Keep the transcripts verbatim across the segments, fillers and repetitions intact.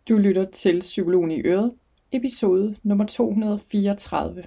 Du lytter til Psykologen i Øret, episode nummer to hundrede og fireogtredive.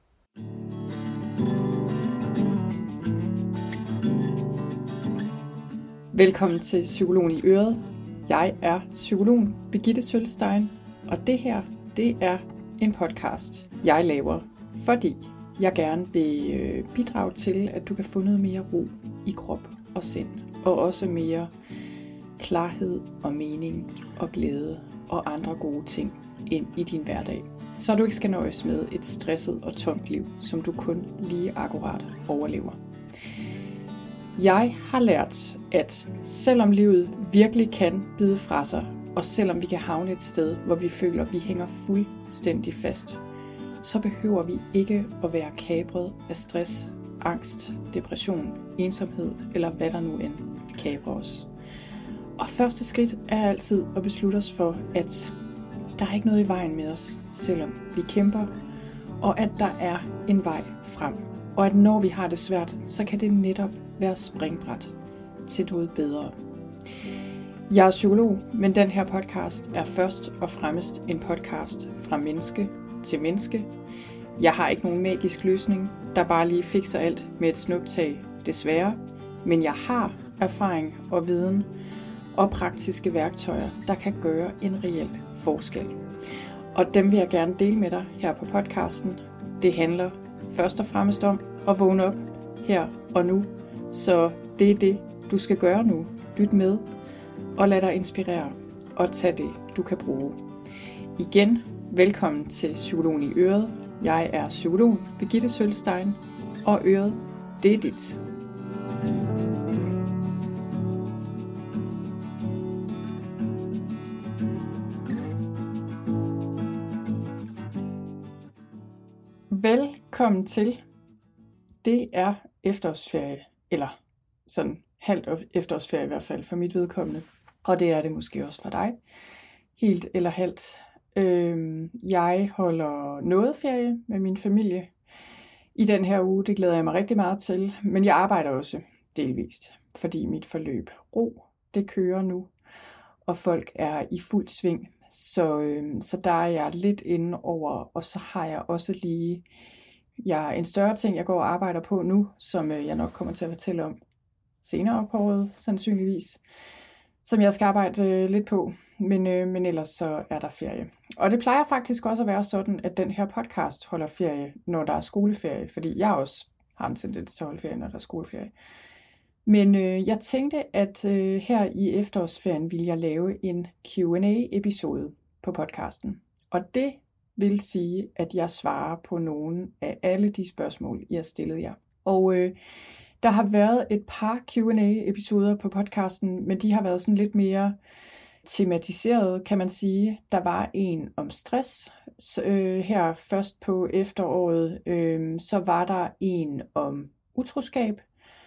Velkommen til Psykologen i Øret. Jeg er psykologen Birgitte Sølstein, og det her, det er en podcast, jeg laver, fordi jeg gerne vil bidrage til, at du kan få noget mere ro i krop og sind, og også mere klarhed og mening og glæde og andre gode ting ind i din hverdag, så du ikke skal nøjes med et stresset og tomt liv, som du kun lige akkurat overlever. Jeg har lært, at selvom livet virkelig kan bide fra sig, og selvom vi kan havne et sted, hvor vi føler, at vi hænger fuldstændig fast, så behøver vi ikke at være kapret af stress, angst, depression, ensomhed eller hvad der nu end kaprer os. Og første skridt er altid at beslutte os for, at der er ikke noget i vejen med os, selvom vi kæmper, og at der er en vej frem. Og at når vi har det svært, så kan det netop være springbræt til noget bedre. Jeg er psykolog, men den her podcast er først og fremmest en podcast fra menneske til menneske. Jeg har ikke nogen magisk løsning, der bare lige fikser alt med et snuptag, desværre. Men jeg har erfaring og viden og praktiske værktøjer, der kan gøre en reel forskel. Og dem vil jeg gerne dele med dig her på podcasten. Det handler først og fremmest om at vågne op her og nu. Så det er det, du skal gøre nu. Lyt med og lad dig inspirere og tag det, du kan bruge. Igen, velkommen til Psykologen i Øret. Jeg er psykologen Birgitte Sølstein, og Øret, det er dit. Velkommen til. Det er efterårsferie, eller sådan halvt efterårsferie i hvert fald for mit vedkommende. Og det er det måske også for dig. Helt eller halvt. Øhm, jeg holder noget ferie med min familie i den her uge. Det glæder jeg mig rigtig meget til. Men jeg arbejder også delvist, fordi mit forløb ro, det kører nu. Og folk er i fuld sving. Så, øhm, så der er jeg lidt inde over, og så har jeg også lige jeg, en større ting, jeg går og arbejder på nu, som øh, jeg nok kommer til at fortælle om senere på året, sandsynligvis, som jeg skal arbejde øh, lidt på, men, øh, men ellers så er der ferie. Og det plejer faktisk også at være sådan, at den her podcast holder ferie, når der er skoleferie, fordi jeg også har en tendens til at holde ferie, når der er skoleferie. Men øh, jeg tænkte, at øh, her i efterårsferien vil jeg lave en Q and A-episode på podcasten. Og det vil sige, at jeg svarer på nogle af alle de spørgsmål, I har stillet jer. Og øh, der har været et par Q and A-episoder på podcasten, men de har været sådan lidt mere tematiseret, kan man sige. Der var en om stress så, øh, her først på efteråret. Øh, så var der en om utroskab.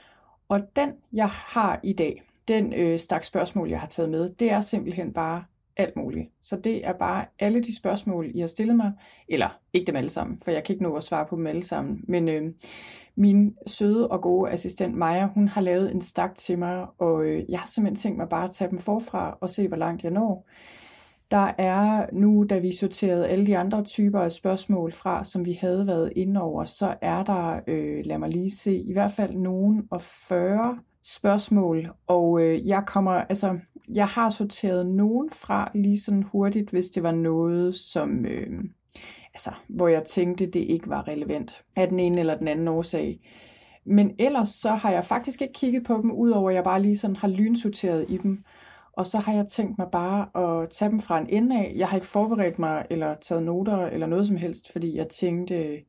Og den, jeg har i dag, den øh, stak spørgsmål, jeg har taget med, det er simpelthen bare alt muligt. Så det er bare alle de spørgsmål, I har stillet mig, eller ikke dem alle sammen, for jeg kan ikke nå at svare på dem alle sammen, men øh, min søde og gode assistent Maja, hun har lavet en stak til mig, og øh, jeg har simpelthen tænkt mig bare at tage dem forfra og se, hvor langt jeg når. Der er nu, da vi sorterede alle de andre typer af spørgsmål fra, som vi havde været inde over, så er der, øh, lad mig lige se, i hvert fald nogen og fyrre spørgsmål, og øh, jeg kommer, altså, jeg har sorteret nogen fra lige sådan hurtigt, hvis det var noget, som, øh, altså, hvor jeg tænkte, det ikke var relevant af den ene eller den anden årsag. Men ellers så har jeg faktisk ikke kigget på dem, udover at jeg bare lige sådan har lynsorteret i dem. Og så har jeg tænkt mig bare at tage dem fra en ende af. Jeg har ikke forberedt mig eller taget noter eller noget som helst, fordi jeg tænkte,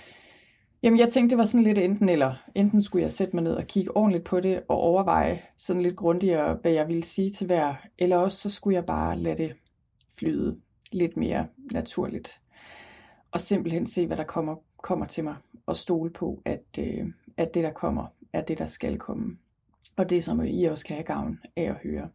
jamen jeg tænkte det var sådan lidt enten eller. Enten skulle jeg sætte mig ned og kigge ordentligt på det og overveje sådan lidt grundigere, hvad jeg ville sige til hver. Eller også så skulle jeg bare lade det flyde lidt mere naturligt. Og simpelthen se, hvad der kommer, kommer til mig. Og stole på, at, øh, at det der kommer, er det der skal komme. Og det som I også kan have gavn af at høre.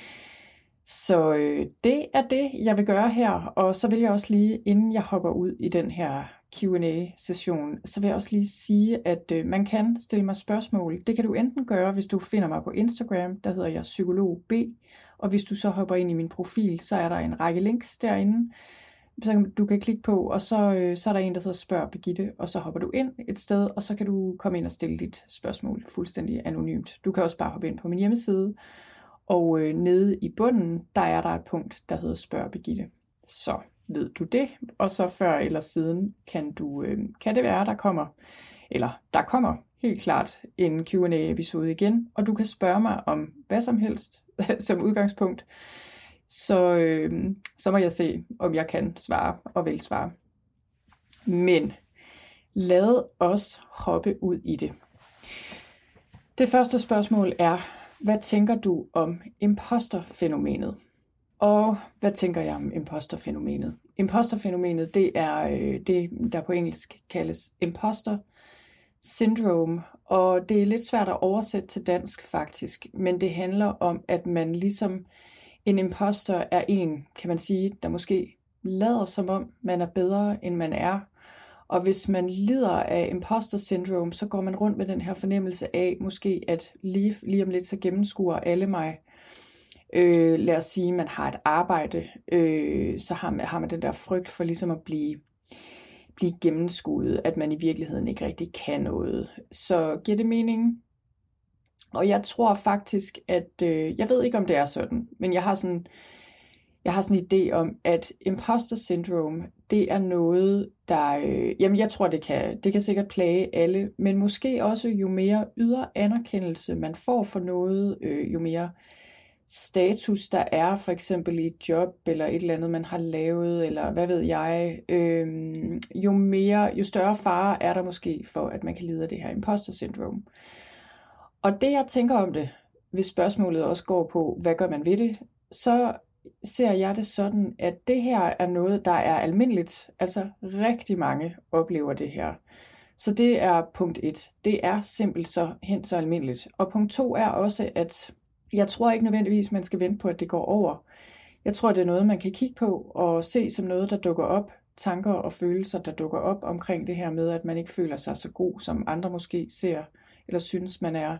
Så øh, det er det, jeg vil gøre her, og så vil jeg også lige, inden jeg hopper ud i den her Q and A-session, så vil jeg også lige sige, at øh, man kan stille mig spørgsmål. Det kan du enten gøre, hvis du finder mig på Instagram, der hedder jeg psykolog B, Og hvis du så hopper ind i min profil, så er der en række links derinde, så du kan klikke på, og så, øh, så er der en, der hedder Spørg Birgitte, og så hopper du ind et sted, og så kan du komme ind og stille dit spørgsmål fuldstændig anonymt. Du kan også bare hoppe ind på min hjemmeside, og øh, nede i bunden, der er der et punkt, der hedder Spørg Birgitte. Så ved du det, og så før eller siden kan, du, øh, kan det være, der kommer, eller der kommer helt klart en Q and A-episode igen, og du kan spørge mig om hvad som helst som udgangspunkt. Så, øh, så må jeg se, om jeg kan svare og vil svare. Men lad os hoppe ud i det. Det første spørgsmål er, hvad tænker du om imposterfænomenet? Og hvad tænker jeg om imposterfænomenet? Imposterfænomenet, det er øh, det, der på engelsk kaldes imposter syndrome, og det er lidt svært at oversætte til dansk faktisk, men det handler om, at man ligesom en imposter er en, kan man sige, der måske lader som om, man er bedre, end man er. Og hvis man lider af imposter syndrome, så går man rundt med den her fornemmelse af, måske at lige, lige om lidt, så gennemskuer alle mig. Øh, lad os sige, man har et arbejde, øh, så har man, har man den der frygt for ligesom at blive, blive gennemskuet, at man i virkeligheden ikke rigtig kan noget. Så giver det mening? Og jeg tror faktisk, at, øh, jeg ved ikke om det er sådan, men jeg har sådan, jeg har sådan en idé om, at imposter syndrome, det er noget, der, øh, jamen jeg tror, det kan, det kan sikkert plage alle, men måske også jo mere ydre anerkendelse man får for noget, øh, jo mere status der er, for eksempel i et job, eller et eller andet, man har lavet, eller hvad ved jeg, øh, jo mere, jo større fare er der måske for, at man kan lide af det her imposter syndrome. Og det jeg tænker om det, hvis spørgsmålet også går på, hvad gør man ved det, så ser jeg det sådan, at det her er noget, der er almindeligt. Altså rigtig mange oplever det her. Så det er punkt et. Det er simpelt så hen så almindeligt. Og punkt to er også, at jeg tror ikke nødvendigvis, man skal vente på, at det går over. Jeg tror, det er noget, man kan kigge på og se som noget, der dukker op. Tanker og følelser, der dukker op omkring det her med, at man ikke føler sig så god, som andre måske ser eller synes, man er.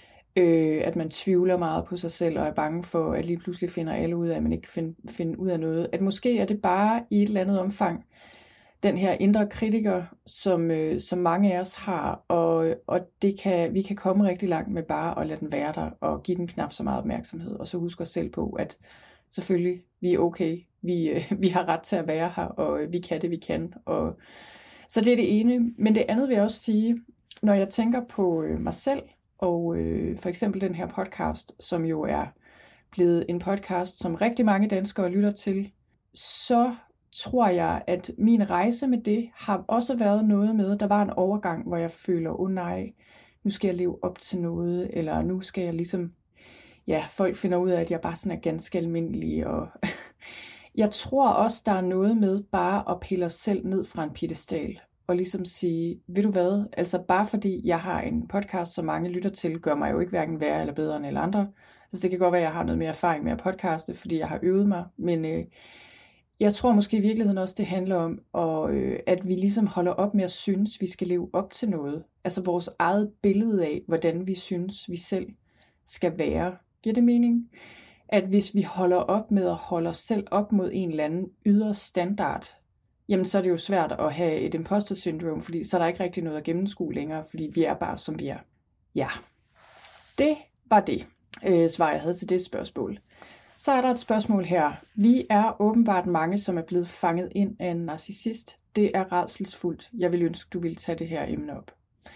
Øh, at man tvivler meget på sig selv og er bange for, at lige pludselig finder alle ud af, at man ikke kan finde, finde ud af noget. At måske er det bare i et eller andet omfang den her indre kritiker, som, øh, som mange af os har, og, og det kan, vi kan komme rigtig langt med bare at lade den være der og give den knap så meget opmærksomhed, og så huske os selv på, at selvfølgelig, vi er okay, vi, øh, vi har ret til at være her, og vi kan det, vi kan. Og, så det er det ene. Men det andet vil jeg også sige, når jeg tænker på øh, mig selv, og øh, for eksempel den her podcast, som jo er blevet en podcast, som rigtig mange danskere lytter til, så tror jeg, at min rejse med det har også været noget med, der var en overgang, hvor jeg føler, åh oh, nej, nu skal jeg leve op til noget, eller nu skal jeg ligesom, ja, folk finder ud af, at jeg bare sådan er ganske almindelig, og jeg tror også, der er noget med bare at pille os selv ned fra en piedestal, og ligesom sige, ved du hvad, altså bare fordi jeg har en podcast, som mange lytter til, gør mig jo ikke hverken værre eller bedre end alle andre. Altså det kan godt være, at jeg har noget mere erfaring med at podcaste, fordi jeg har øvet mig, men øh, jeg tror måske i virkeligheden også, det handler om, og, øh, at vi ligesom holder op med at synes, vi skal leve op til noget. Altså vores eget billede af, hvordan vi synes, vi selv skal være. Giver det mening? At hvis vi holder op med at holde os selv op mod en eller anden ydre standard, jamen så er det jo svært at have et imposter syndrome, fordi så er der ikke rigtig noget at gennemskue længere, fordi vi er bare som vi er. Ja, det var det øh, svar, jeg havde til det spørgsmål. Så er der et spørgsmål her. Vi er åbenbart mange, som er blevet fanget ind af en narcissist. Det er rædselsfuldt. Jeg vil ønske, du ville tage det her emne op.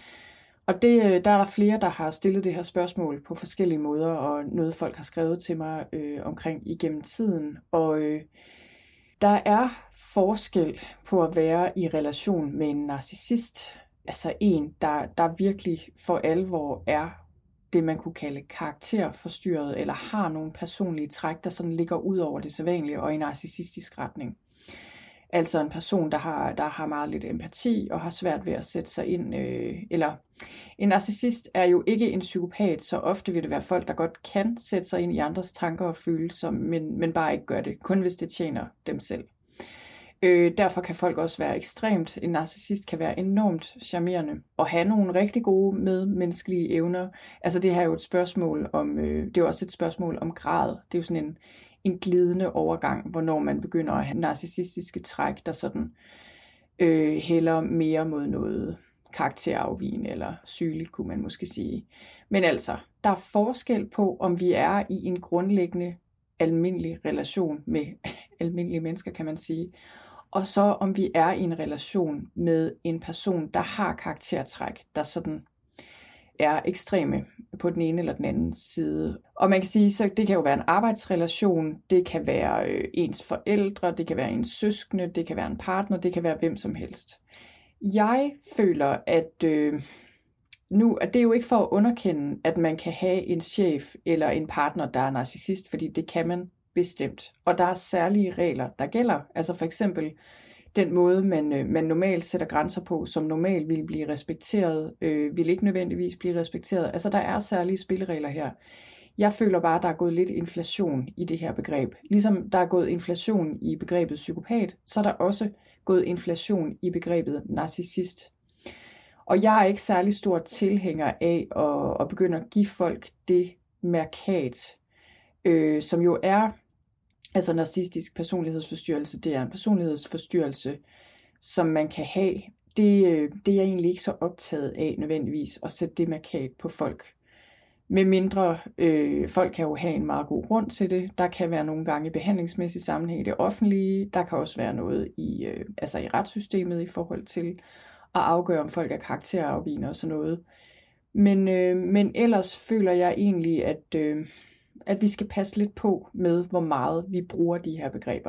Og det, der er der flere, der har stillet det her spørgsmål på forskellige måder, og noget folk har skrevet til mig øh, omkring igennem tiden. Og øh, der er forskel på at være i relation med en narcissist, altså en, der, der virkelig for alvor er det, man kunne kalde karakterforstyrret, eller har nogle personlige træk, der sådan ligger ud over det sædvanlige og i narcissistisk retning. Altså en person, der har, der har meget lidt empati og har svært ved at sætte sig ind, øh, eller en narcissist er jo ikke en psykopat, så ofte vil det være folk, der godt kan sætte sig ind i andres tanker og følelser, men, men bare ikke gør det, kun hvis det tjener dem selv. Øh, derfor kan folk også være ekstremt, en narcissist kan være enormt charmerende og have nogle rigtig gode medmenneskelige evner. Altså det her er jo et spørgsmål om, øh, det er jo også et spørgsmål om grad. Det er jo sådan en, en glidende overgang, hvornår man begynder at have narcissistiske træk, der sådan øh, hælder mere mod noget karakterafvigende eller sygeligt, kunne man måske sige. Men altså, der er forskel på, om vi er i en grundlæggende almindelig relation med almindelige mennesker, kan man sige, og så om vi er i en relation med en person, der har karaktertræk, der sådan er ekstreme på den ene eller den anden side. Og man kan sige, så det kan jo være en arbejdsrelation, det kan være øh, ens forældre, det kan være ens søskende, det kan være en partner, det kan være hvem som helst. Jeg føler, at øh, nu, at det er jo ikke for at underkende, at man kan have en chef eller en partner, der er narcissist, fordi det kan man bestemt. Og der er særlige regler, der gælder. Altså for eksempel den måde, man, man normalt sætter grænser på, som normalt vil blive respekteret, øh, vil ikke nødvendigvis blive respekteret. Altså der er særlige spilleregler her. Jeg føler bare, at der er gået lidt inflation i det her begreb. Ligesom der er gået inflation i begrebet psykopat, så er der også gået inflation i begrebet narcissist. Og jeg er ikke særlig stor tilhænger af at, at begynde at give folk det mærkat, øh, som jo er, altså narcissistisk personlighedsforstyrrelse, det er en personlighedsforstyrrelse, som man kan have. Det, det er jeg egentlig ikke så optaget af nødvendigvis, at sætte det mærkat på folk. Med mindre, øh, folk kan jo have en meget god grund til det. Der kan være nogle gange i behandlingsmæssig sammenhæng i det offentlige. Der kan også være noget i, øh, altså i retssystemet i forhold til at afgøre, om folk er karakterafvigende og sådan noget. Men, øh, men ellers føler jeg egentlig, at, øh, at vi skal passe lidt på med, hvor meget vi bruger de her begreber.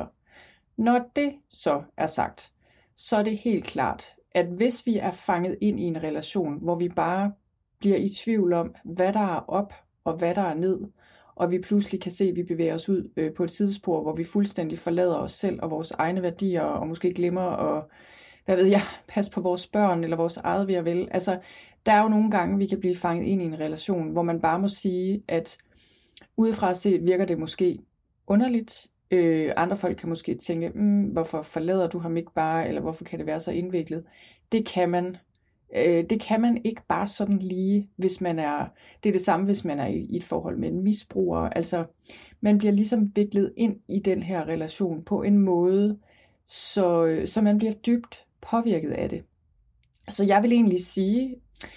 Når det så er sagt, så er det helt klart, at hvis vi er fanget ind i en relation, hvor vi bare bliver i tvivl om, hvad der er op og hvad der er ned, og vi pludselig kan se, at vi bevæger os ud øh, på et sidespor, hvor vi fuldstændig forlader os selv og vores egne værdier, og måske glemmer at, hvad ved jeg, passe på vores børn eller vores eget ved at vel. Altså, der er jo nogle gange, vi kan blive fanget ind i en relation, hvor man bare må sige, at udefra set virker det måske underligt. Øh, andre folk kan måske tænke, mm, hvorfor forlader du ham ikke bare, eller hvorfor kan det være så indviklet? Det kan man Det kan man ikke bare sådan lige, hvis man er, det er det samme, hvis man er i et forhold med en misbruger. Altså, man bliver ligesom viklet ind i den her relation på en måde, så, så man bliver dybt påvirket af det. Så jeg vil egentlig sige,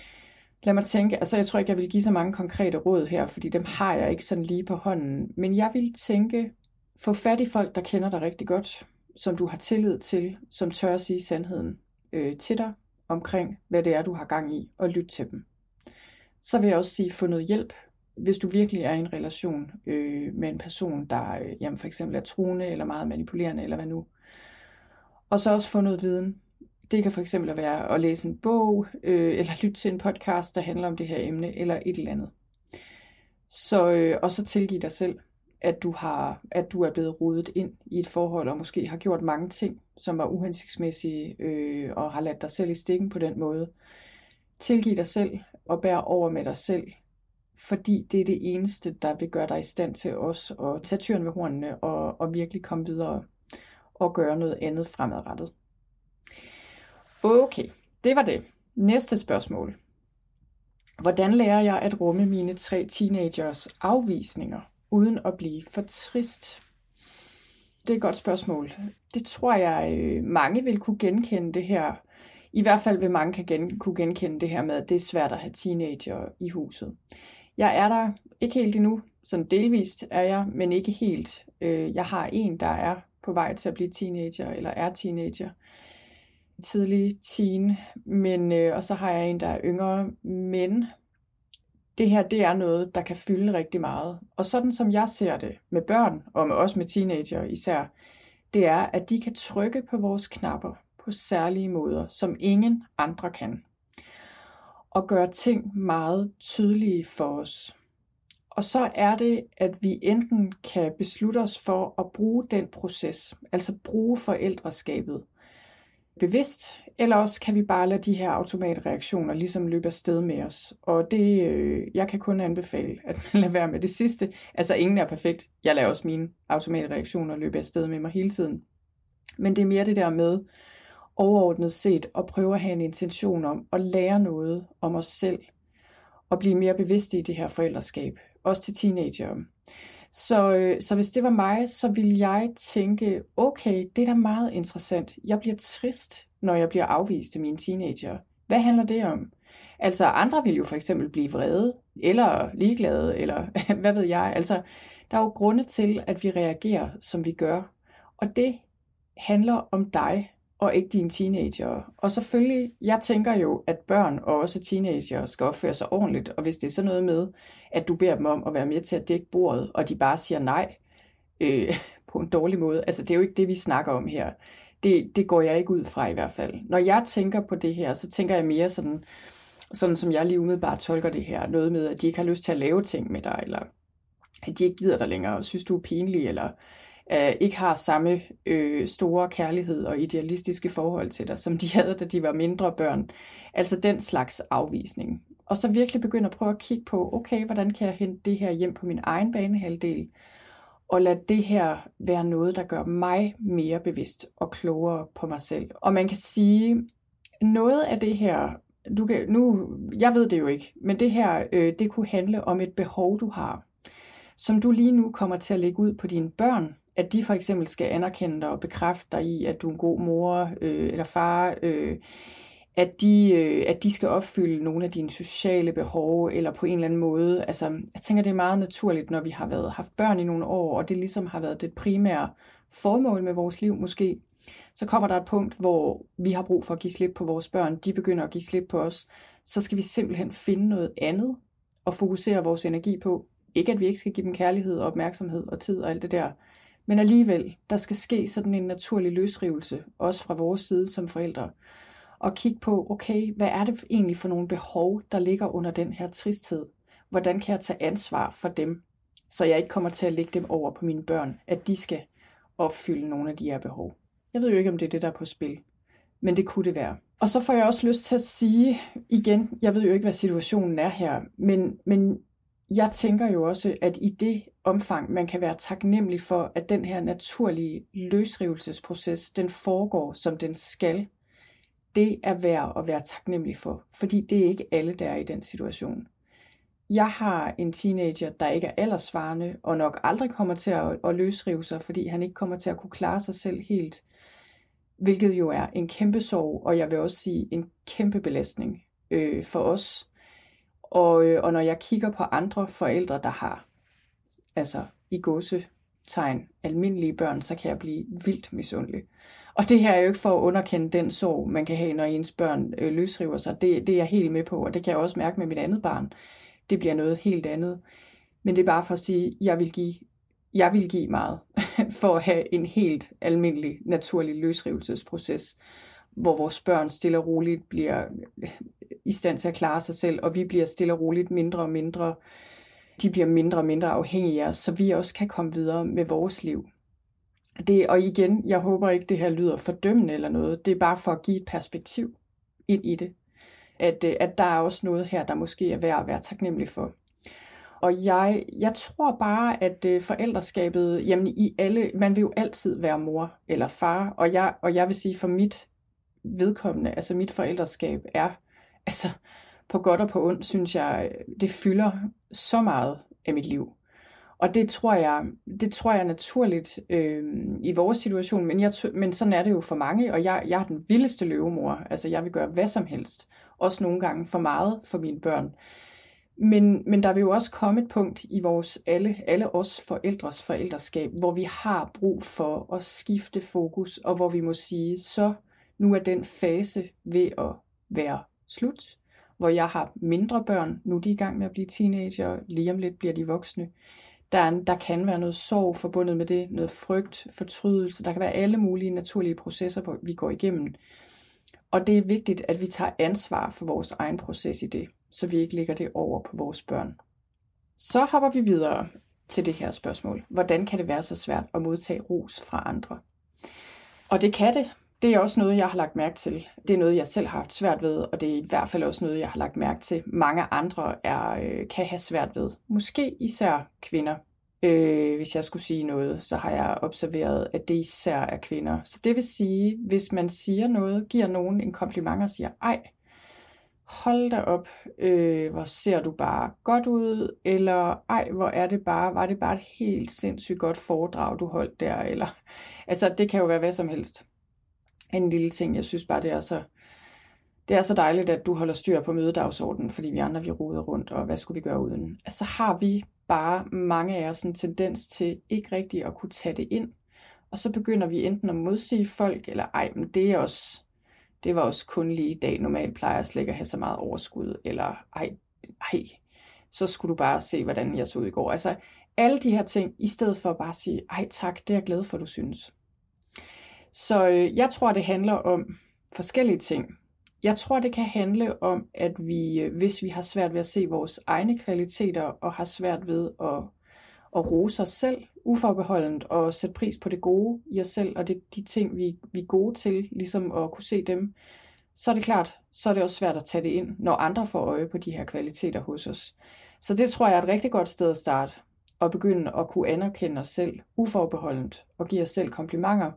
lad mig tænke, altså jeg tror ikke, jeg vil give så mange konkrete råd her, fordi dem har jeg ikke sådan lige på hånden, men jeg vil tænke, få fat i folk, der kender dig rigtig godt, som du har tillid til, som tør at sige sandheden øh, til dig, omkring, hvad det er, du har gang i, og lytte til dem. Så vil jeg også sige, få noget hjælp, hvis du virkelig er i en relation øh, med en person, der øh, jamen for eksempel er truende, eller meget manipulerende, eller hvad nu. Og så også få noget viden. Det kan for eksempel være at læse en bog, øh, eller lytte til en podcast, der handler om det her emne, eller et eller andet. Så, øh, og så tilgive dig selv, at du, har, at du er blevet rodet ind i et forhold, og måske har gjort mange ting, som var uhensigtsmæssige, øh, og har ladt dig selv i stikken på den måde. Tilgiv dig selv, og bær over med dig selv, fordi det er det eneste, der vil gøre dig i stand til også at tage tyren ved hornene, og, og virkelig komme videre, og gøre noget andet fremadrettet. Okay, det var det. Næste spørgsmål. Hvordan lærer jeg at rumme mine tre teenagers afvisninger, uden at blive for trist? Det er et godt spørgsmål. Det tror jeg, mange vil kunne genkende det her. I hvert fald vil mange kan gen- kunne genkende det her med, at det er svært at have teenager i huset. Jeg er der ikke helt endnu. Sådan delvist er jeg, men ikke helt. Jeg har en, der er på vej til at blive teenager, eller er teenager. Tidlig teen, men, og så har jeg en, der er yngre, men det her, det er noget, der kan fylde rigtig meget. Og sådan som jeg ser det med børn, og med, også med teenager især, det er, at de kan trykke på vores knapper på særlige måder, som ingen andre kan. Og gøre ting meget tydelige for os. Og så er det, at vi enten kan beslutte os for at bruge den proces, altså bruge forældreskabet bevidst, eller også kan vi bare lade de her automatreaktioner ligesom løbe afsted med os. Og det, øh, jeg kan kun anbefale at lade være med det sidste. Altså ingen er perfekt. Jeg lader også mine automatreaktioner løbe afsted med mig hele tiden. Men det er mere det der med overordnet set at prøve at have en intention om at lære noget om os selv og blive mere bevidste i det her forældreskab, også til teenagere. Så, så hvis det var mig, så ville jeg tænke, okay, det er da meget interessant. Jeg bliver trist, når jeg bliver afvist af mine teenager. Hvad handler det om? Altså andre vil jo for eksempel blive vrede, eller ligeglade, eller hvad ved jeg. Altså der er jo grunde til, at vi reagerer, som vi gør. Og det handler om dig, og ikke dine teenager. Og selvfølgelig, jeg tænker jo, at børn og også teenager skal opføre sig ordentligt, og hvis det er sådan noget med, at du beder dem om at være med til at dække bordet, og de bare siger nej øh, på en dårlig måde, altså det er jo ikke det, vi snakker om her. Det, det går jeg ikke ud fra i hvert fald. Når jeg tænker på det her, så tænker jeg mere sådan, sådan som jeg lige umiddelbart tolker det her, noget med, at de ikke har lyst til at lave ting med dig, eller at de ikke gider dig længere, og synes du er pinlig, eller Uh, ikke har samme øh, store kærlighed og idealistiske forhold til dig, som de havde, da de var mindre børn. Altså den slags afvisning. Og så virkelig begynde at prøve at kigge på, okay, hvordan kan jeg hente det her hjem på min egen banehalvdel, og lade det her være noget, der gør mig mere bevidst og klogere på mig selv. Og man kan sige, noget af det her, du kan, nu, jeg ved det jo ikke, men det her, øh, det kunne handle om et behov, du har, som du lige nu kommer til at lægge ud på dine børn, at de for eksempel skal anerkende dig og bekræfte dig i, at du er en god mor øh, eller far, øh, at, de, øh, at de skal opfylde nogle af dine sociale behov, eller på en eller anden måde. Altså, jeg tænker, det er meget naturligt, når vi har været, haft børn i nogle år, og det ligesom har været det primære formål med vores liv måske. Så kommer der et punkt, hvor vi har brug for at give slip på vores børn, de begynder at give slip på os. Så skal vi simpelthen finde noget andet og fokusere vores energi på. Ikke at vi ikke skal give dem kærlighed og opmærksomhed og tid og alt det der, men alligevel, der skal ske sådan en naturlig løsrivelse, også fra vores side som forældre, og kigge på, okay, hvad er det egentlig for nogle behov, der ligger under den her tristhed? Hvordan kan jeg tage ansvar for dem, så jeg ikke kommer til at lægge dem over på mine børn, at de skal opfylde nogle af de her behov? Jeg ved jo ikke, om det er det, der er på spil, men det kunne det være. Og så får jeg også lyst til at sige igen, jeg ved jo ikke, hvad situationen er her, men, men jeg tænker jo også, at i det omfang, man kan være taknemmelig for, at den her naturlige løsrivelsesproces, den foregår, som den skal, det er værd at være taknemmelig for, fordi det er ikke alle, der er i den situation. Jeg har en teenager, der ikke er alderssvarende, og nok aldrig kommer til at, at løsrive sig, fordi han ikke kommer til at kunne klare sig selv helt, hvilket jo er en kæmpe sorg, og jeg vil også sige en kæmpe belastning øh, for os. Og, og når jeg kigger på andre forældre, der har, altså i gåsetegn, almindelige børn, så kan jeg blive vildt misundelig. Og det her er jo ikke for at underkende den sorg, man kan have, når ens børn øh, løsriver sig. Det, det er jeg helt med på, og det kan jeg også mærke med mit andet barn. Det bliver noget helt andet. Men det er bare for at sige, at jeg vil give, jeg vil give meget for at have en helt almindelig, naturlig løsrivelsesproces, hvor vores børn stille og roligt bliver i stand til at klare sig selv, og vi bliver stille og roligt mindre og mindre, de bliver mindre og mindre afhængige af os, så vi også kan komme videre med vores liv. Det, og igen, jeg håber ikke, det her lyder fordømmende eller noget, det er bare for at give et perspektiv ind i det, at, at der er også noget her, der måske er værd at være taknemmelig for. Og jeg, jeg tror bare, at forældreskabet, jamen i alle, man vil jo altid være mor eller far, og jeg, og jeg vil sige for mit vedkommende, altså mit forældreskab er, altså på godt og på ondt, synes jeg, det fylder så meget af mit liv. Og det tror jeg, det tror jeg naturligt øh, i vores situation, men, jeg, men sådan er det jo for mange, og jeg, jeg er den vildeste løvemor, altså jeg vil gøre hvad som helst, også nogle gange for meget for mine børn. Men, men der vil jo også komme et punkt i vores alle, alle os forældres forældreskab, hvor vi har brug for at skifte fokus, og hvor vi må sige, så nu er den fase ved at være slut, hvor jeg har mindre børn, nu er de i gang med at blive teenager, lige om lidt bliver de voksne. Der, er, der kan være noget sorg forbundet med det, noget frygt, fortrydelse, der kan være alle mulige naturlige processer, hvor vi går igennem. Og det er vigtigt, at vi tager ansvar for vores egen proces i det, så vi ikke lægger det over på vores børn. Så hopper vi videre til det her spørgsmål. Hvordan kan det være så svært at modtage ros fra andre? Og det kan det. Det er også noget, jeg har lagt mærke til. Det er noget, jeg selv har haft svært ved, og det er i hvert fald også noget, jeg har lagt mærke til. Mange andre er, kan have svært ved. Måske især kvinder. Øh, hvis jeg skulle sige noget, så har jeg observeret, at det især er kvinder. Så det vil sige, hvis man siger noget, giver nogen en kompliment og siger, ej, hold da op, øh, hvor ser du bare godt ud, eller ej, hvor er det bare, var det bare et helt sindssygt godt foredrag, du holdt der, eller, altså det kan jo være hvad som helst. En lille ting, jeg synes bare, det er så, det er så dejligt, at du holder styr på mødedagsordenen, fordi vi andre, vi roder rundt, og hvad skulle vi gøre uden? Altså har vi bare mange af os en tendens til ikke rigtig at kunne tage det ind, og så begynder vi enten at modsige folk, eller ej, men det er også, det var også kun lige i dag, normalt plejer jeg slet ikke at have så meget overskud, eller ej, ej, så skulle du bare se, hvordan jeg så ud i går. Altså alle de her ting, i stedet for bare at sige, ej tak, det er jeg glad for, du synes. Så øh, jeg tror, det handler om forskellige ting. Jeg tror, det kan handle om, at vi, hvis vi har svært ved at se vores egne kvaliteter, og har svært ved at, at rose os selv uforbeholdent, og sætte pris på det gode i os selv, og det, de ting, vi, vi er gode til, ligesom at kunne se dem, så er det klart, så er det også svært at tage det ind, når andre får øje på de her kvaliteter hos os. Så det tror jeg er et rigtig godt sted at starte, og begynde at kunne anerkende os selv uforbeholdent, og give os selv komplimenter,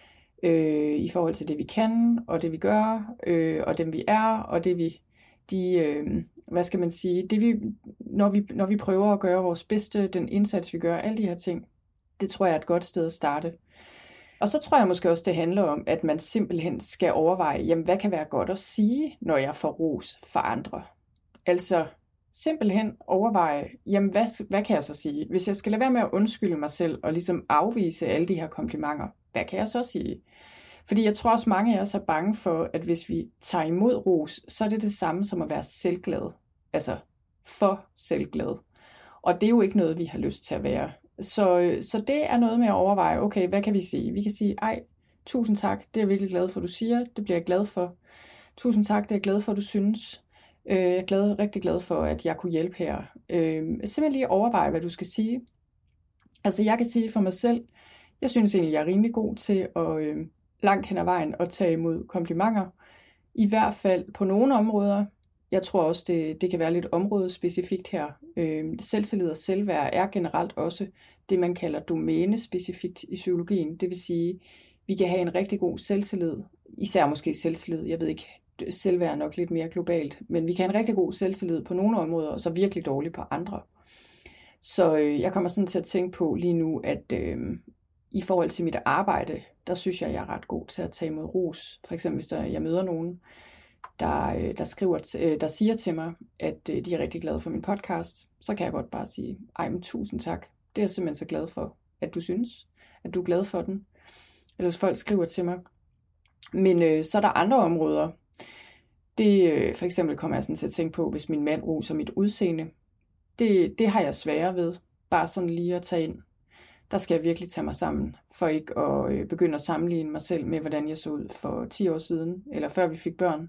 Øh, i forhold til det vi kan, og det vi gør, øh, og dem vi er, og det vi, de, øh, hvad skal man sige, det vi, når vi, når vi prøver at gøre vores bedste, den indsats vi gør, alle de her ting, det tror jeg er et godt sted at starte. Og så tror jeg måske også, det handler om, at man simpelthen skal overveje, jamen hvad kan være godt at sige, når jeg får ros for andre? Altså simpelthen overveje, jamen hvad, hvad kan jeg så sige? Hvis jeg skal lade være med at undskylde mig selv, og ligesom afvise alle de her komplimenter, hvad kan jeg så sige? Fordi jeg tror også, mange af os er bange for, at hvis vi tager imod ros, så er det det samme som at være selvglad. Altså for selvglad. Og det er jo ikke noget, vi har lyst til at være. Så, så det er noget med at overveje, okay, hvad kan vi sige? Vi kan sige, ej, tusind tak, det er jeg virkelig glad for, du siger. Det bliver jeg glad for. Tusind tak, det er jeg glad for, du synes. Jeg er glad, rigtig glad for, at jeg kunne hjælpe her. Simpelthen lige overveje, hvad du skal sige. Altså jeg kan sige for mig selv, jeg synes egentlig, jeg er rimelig god til at øh, langt hen ad vejen at tage imod komplimenter. I hvert fald på nogle områder. Jeg tror også, det, det kan være lidt områdespecifikt her. Øh, selvtillid og selvværd er generelt også det, man kalder domænespecifikt i psykologien. Det vil sige, vi kan have en rigtig god selvtillid, især måske selvtillid, jeg ved ikke, selvværd er nok lidt mere globalt, men vi kan have en rigtig god selvtillid på nogle områder, og så virkelig dårligt på andre. Så øh, jeg kommer sådan til at tænke på lige nu, at øh, i forhold til mit arbejde, der synes jeg, jeg er ret god til at tage imod ros. For eksempel hvis der, jeg møder nogen, der, der, skriver, der siger til mig, at de er rigtig glade for min podcast, så kan jeg godt bare sige, ej, men tusind tak. Det er jeg simpelthen så glad for, at du synes, at du er glad for den. Eller hvis folk skriver til mig. Men øh, så er der andre områder. Det, øh, for eksempel kommer jeg sådan til at tænke på, hvis min mand roser mit udseende. Det, det har jeg sværere ved, bare sådan lige at tage ind. Der skal jeg virkelig tage mig sammen, for ikke at øh, begynde at sammenligne mig selv med, hvordan jeg så ud for ti år siden, eller før vi fik børn.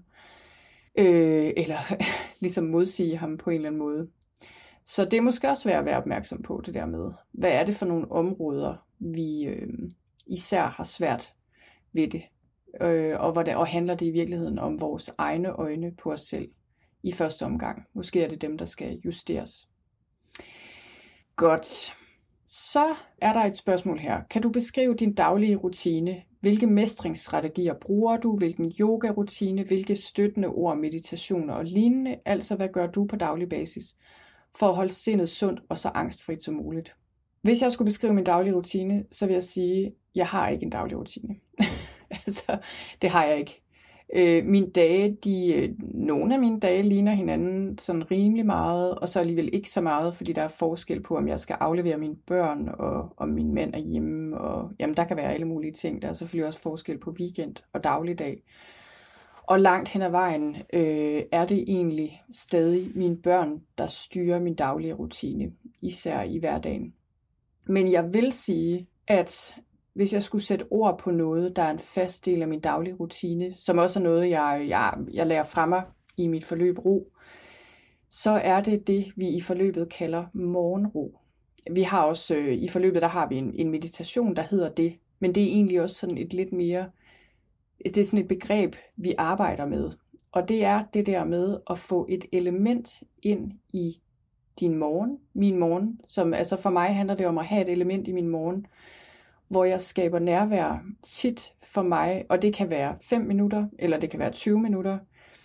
Øh, eller ligesom modsige ham på en eller anden måde. Så det er måske også værd at være opmærksom på det der med, hvad er det for nogle områder, vi øh, især har svært ved det. Øh, og, hvordan, og handler det i virkeligheden om vores egne øjne på os selv i første omgang. Måske er det dem, der skal justeres. Godt. Så er der et spørgsmål her. Kan du beskrive din daglige rutine? Hvilke mestringsstrategier bruger du? Hvilken yoga-rutine? Hvilke støttende ord, meditationer og lignende? Altså, hvad gør du på daglig basis for at holde sindet sundt og så angstfrit som muligt? Hvis jeg skulle beskrive min daglige rutine, så vil jeg sige, at jeg har ikke en daglig rutine. altså, det har jeg ikke. Øh, mine dage, de, nogle af mine dage ligner hinanden sådan rimelig meget, og så alligevel ikke så meget, fordi der er forskel på, om jeg skal aflevere mine børn, og om min mand er hjemme, og jamen, der kan være alle mulige ting. Der er selvfølgelig også forskel på weekend og dagligdag. Og langt hen ad vejen øh, er det egentlig stadig mine børn, der styrer min daglige rutine, især i hverdagen. Men jeg vil sige, at hvis jeg skulle sætte ord på noget, der er en fast del af min daglige rutine, som også er noget, jeg, jeg, jeg lærer fra mig i mit forløb ro, så er det det, vi i forløbet kalder morgenro. Vi har også, øh, i forløbet, der har vi en, en meditation, der hedder det, men det er egentlig også sådan et lidt mere, det er sådan et begreb, vi arbejder med. Og det er det der med at få et element ind i din morgen, min morgen, som altså for mig handler det om at have et element i min morgen, hvor jeg skaber nærvær tit for mig, og det kan være fem minutter, eller det kan være tyve minutter.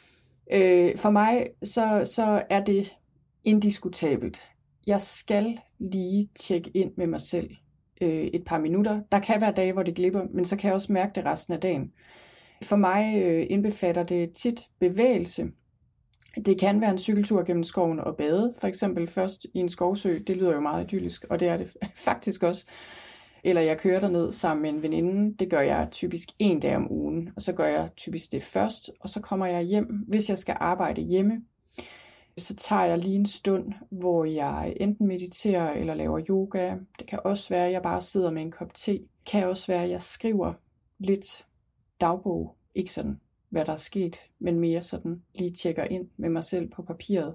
Øh, for mig, så, så er det indiskutabelt. Jeg skal lige tjekke ind med mig selv øh, et par minutter. Der kan være dage, hvor det glipper, men så kan jeg også mærke det resten af dagen. For mig øh, indbefatter det tit bevægelse. Det kan være en cykeltur gennem skoven og bade, for eksempel først i en skovsø. Det lyder jo meget idyllisk, og det er det faktisk også. Eller jeg kører derned sammen med en veninde. Det gør jeg typisk en dag om ugen, og så gør jeg typisk det først, og så kommer jeg hjem. Hvis jeg skal arbejde hjemme, så tager jeg lige en stund, hvor jeg enten mediterer eller laver yoga. Det kan også være, at jeg bare sidder med en kop te. Det kan også være, at jeg skriver lidt dagbog. Ikke sådan, hvad der er sket, men mere sådan lige tjekker ind med mig selv på papiret.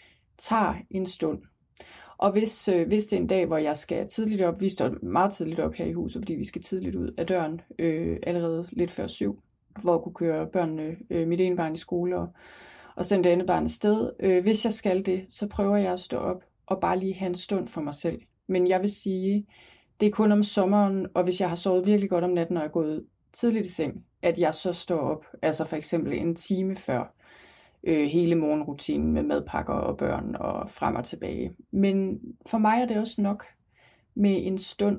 Tager en stund. Og hvis, øh, hvis det er en dag, hvor jeg skal tidligt op, vi står meget tidligt op her i huset, fordi vi skal tidligt ud af døren, øh, allerede lidt før syv, for at kunne køre børnene, øh, mit ene barn i skole og, og sende det andet barn afsted. Øh, hvis jeg skal det, så prøver jeg at stå op og bare lige have en stund for mig selv. Men jeg vil sige, det er kun om sommeren, og hvis jeg har sovet virkelig godt om natten og er gået tidligt i seng, at jeg så står op, altså for eksempel en time før, øh, hele morgenrutinen med madpakker og børn og frem og tilbage. Men for mig er det også nok med en stund.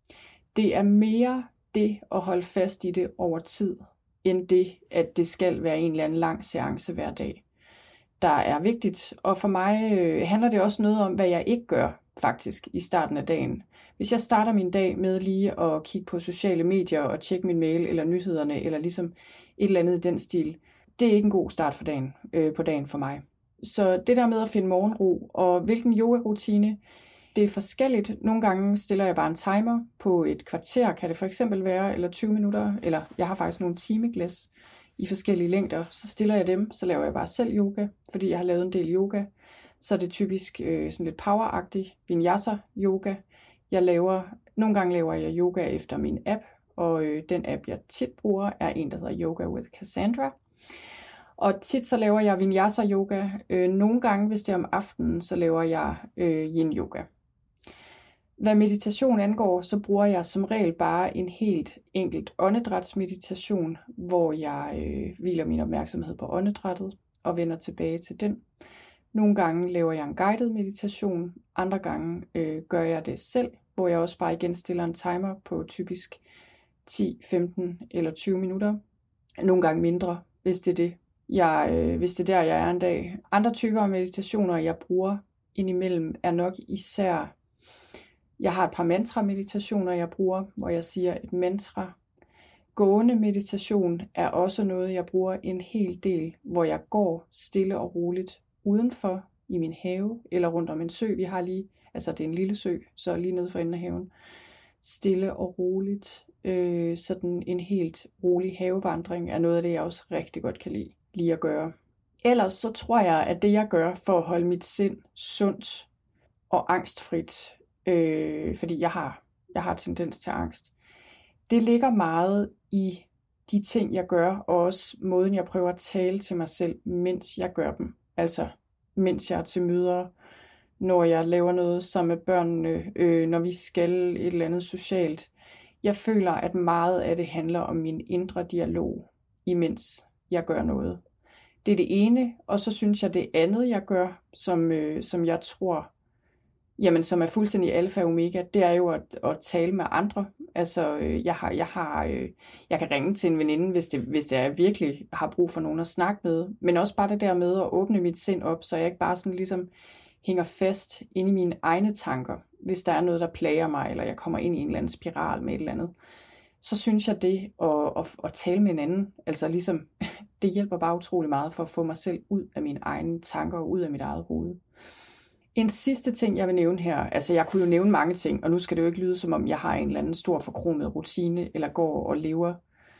Det er mere det at holde fast i det over tid, end det, at det skal være en eller anden lang seance hver dag, der er vigtigt. Og for mig øh, handler det også noget om, hvad jeg ikke gør faktisk i starten af dagen. Hvis jeg starter min dag med lige at kigge på sociale medier og tjekke min mail eller nyhederne, eller ligesom et eller andet i den stil, det er ikke en god start for dagen, øh, på dagen for mig. Så det der med at finde morgenro, og hvilken yogarutine, det er forskelligt. Nogle gange stiller jeg bare en timer på et kvarter, kan det for eksempel være, eller tyve minutter, eller jeg har faktisk nogle timeglas i forskellige længder. Så stiller jeg dem, så laver jeg bare selv yoga, fordi jeg har lavet en del yoga. Så er det typisk øh, sådan lidt poweragtigt vinyasa yoga. Jeg laver, nogle gange laver jeg yoga efter min app, og øh, den app jeg tit bruger er en, der hedder Yoga with Cassandra. Og tit så laver jeg vinyasa yoga. Øh, nogle gange, hvis det er om aftenen, så laver jeg øh, yin yoga. Hvad meditation angår, så bruger jeg som regel bare en helt enkelt åndedrætsmeditation, hvor jeg øh, hviler min opmærksomhed på åndedrættet og vender tilbage til den. Nogle gange laver jeg en guided meditation, andre gange øh, gør jeg det selv, hvor jeg også bare igen stiller en timer på typisk ti, femten eller tyve minutter. Nogle gange mindre, hvis det er det. Jeg, øh, hvis det er der, jeg er en dag. Andre typer af meditationer, jeg bruger indimellem, er nok især, jeg har et par mantra-meditationer, jeg bruger, hvor jeg siger et mantra. Gående meditation er også noget, jeg bruger en hel del, hvor jeg går stille og roligt udenfor i min have, eller rundt om en sø. Vi har lige, altså det er en lille sø, så lige nede for enden af haven. Stille og roligt. Øh, sådan en helt rolig havevandring er noget af det, jeg også rigtig godt kan lide, lige at gøre. Ellers så tror jeg, at det jeg gør for at holde mit sind sundt og angstfrit, øh, fordi jeg har, jeg har tendens til angst, det ligger meget i de ting, jeg gør, og også måden, jeg prøver at tale til mig selv, mens jeg gør dem. Altså, mens jeg er til møder, når jeg laver noget sammen med børnene, øh, når vi skal et eller andet socialt. Jeg føler, at meget af det handler om min indre dialog, imens jeg gør noget. Det er det ene, og så synes jeg, det andet, jeg gør, som, øh, som jeg tror, jamen, som er fuldstændig alfa og omega, det er jo at, at tale med andre. Altså, øh, jeg, har, jeg, har, øh, jeg kan ringe til en veninde, hvis, det, hvis jeg virkelig har brug for nogen at snakke med, men også bare det der med at åbne mit sind op, så jeg ikke bare sådan ligesom hænger fast inde i mine egne tanker, hvis der er noget, der plager mig, eller jeg kommer ind i en eller anden spiral med et eller andet. Så synes jeg det at, at, at tale med en anden, altså ligesom, det hjælper bare utrolig meget for at få mig selv ud af mine egne tanker og ud af mit eget hoved. En sidste ting, jeg vil nævne her, altså jeg kunne jo nævne mange ting, og nu skal det jo ikke lyde som om, jeg har en eller anden stor forkromet rutine, eller går og lever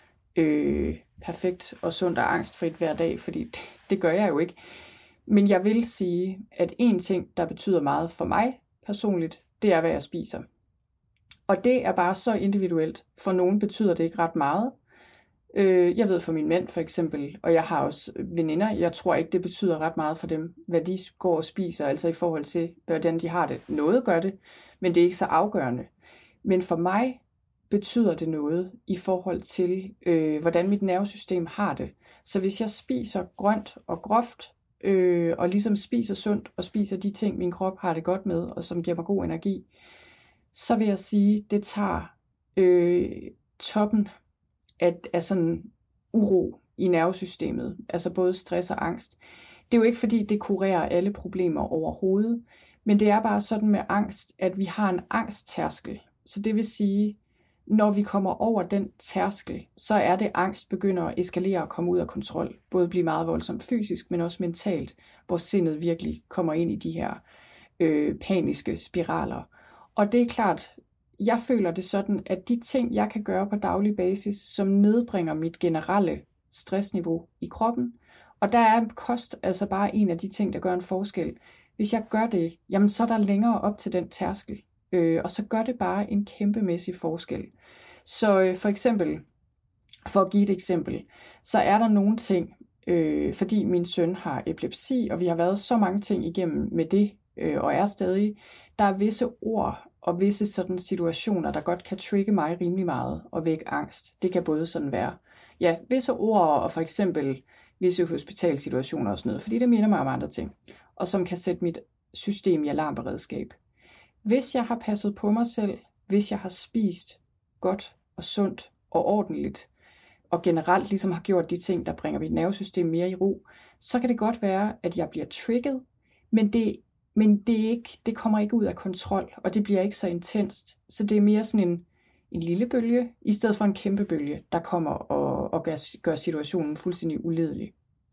øh, perfekt og sundt og angstfrit hver dag, fordi det, det gør jeg jo ikke. Men jeg vil sige, at en ting, der betyder meget for mig personligt, det er, hvad jeg spiser. Og det er bare så individuelt. For nogen betyder det ikke ret meget. Øh, jeg ved for min mænd for eksempel, og jeg har også veninder, jeg tror ikke, det betyder ret meget for dem, hvad de går og spiser, altså i forhold til, hvordan de har det. Noget gør det, men det er ikke så afgørende. Men for mig betyder det noget i forhold til, øh, hvordan mit nervesystem har det. Så hvis jeg spiser grønt og groft, øh, og ligesom spiser sundt, og spiser de ting, min krop har det godt med, og som giver mig god energi, så vil jeg sige, det tager øh, toppen af, af sådan uro i nervesystemet, altså både stress og angst. Det er jo ikke fordi, det kurerer alle problemer overhovedet, men det er bare sådan med angst, at vi har en angsttærskel. Så det vil sige, når vi kommer over den tærskel, så er det, angst begynder at eskalere og komme ud af kontrol. Både blive meget voldsomt fysisk, men også mentalt, hvor sindet virkelig kommer ind i de her øh, paniske spiraler. Og det er klart, jeg føler det sådan, at de ting, jeg kan gøre på daglig basis, som nedbringer mit generelle stressniveau i kroppen, og der er kost altså bare en af de ting, der gør en forskel. Hvis jeg gør det, jamen så er der længere op til den tærskel, øh, og så gør det bare en kæmpemæssig forskel. Så øh, for eksempel, for at give et eksempel, så er der nogle ting, øh, fordi min søn har epilepsi, og vi har været så mange ting igennem med det, øh, og er stadig, der er visse ord og visse sådan situationer, der godt kan trigge mig rimelig meget og vække angst. Det kan både sådan være, ja, visse ord og for eksempel visse hospitalsituationer og sådan noget, fordi det minder mig om andre ting, og som kan sætte mit system i alarmberedskab. Hvis jeg har passet på mig selv, hvis jeg har spist godt og sundt og ordentligt, og generelt ligesom har gjort de ting, der bringer mit nervesystem mere i ro, så kan det godt være, at jeg bliver trigget, men det Men det, er ikke, det kommer ikke ud af kontrol, og det bliver ikke så intenst. Så det er mere sådan en, en lille bølge, i stedet for en kæmpe bølge, der kommer og, og gør, gør situationen fuldstændig uledelig.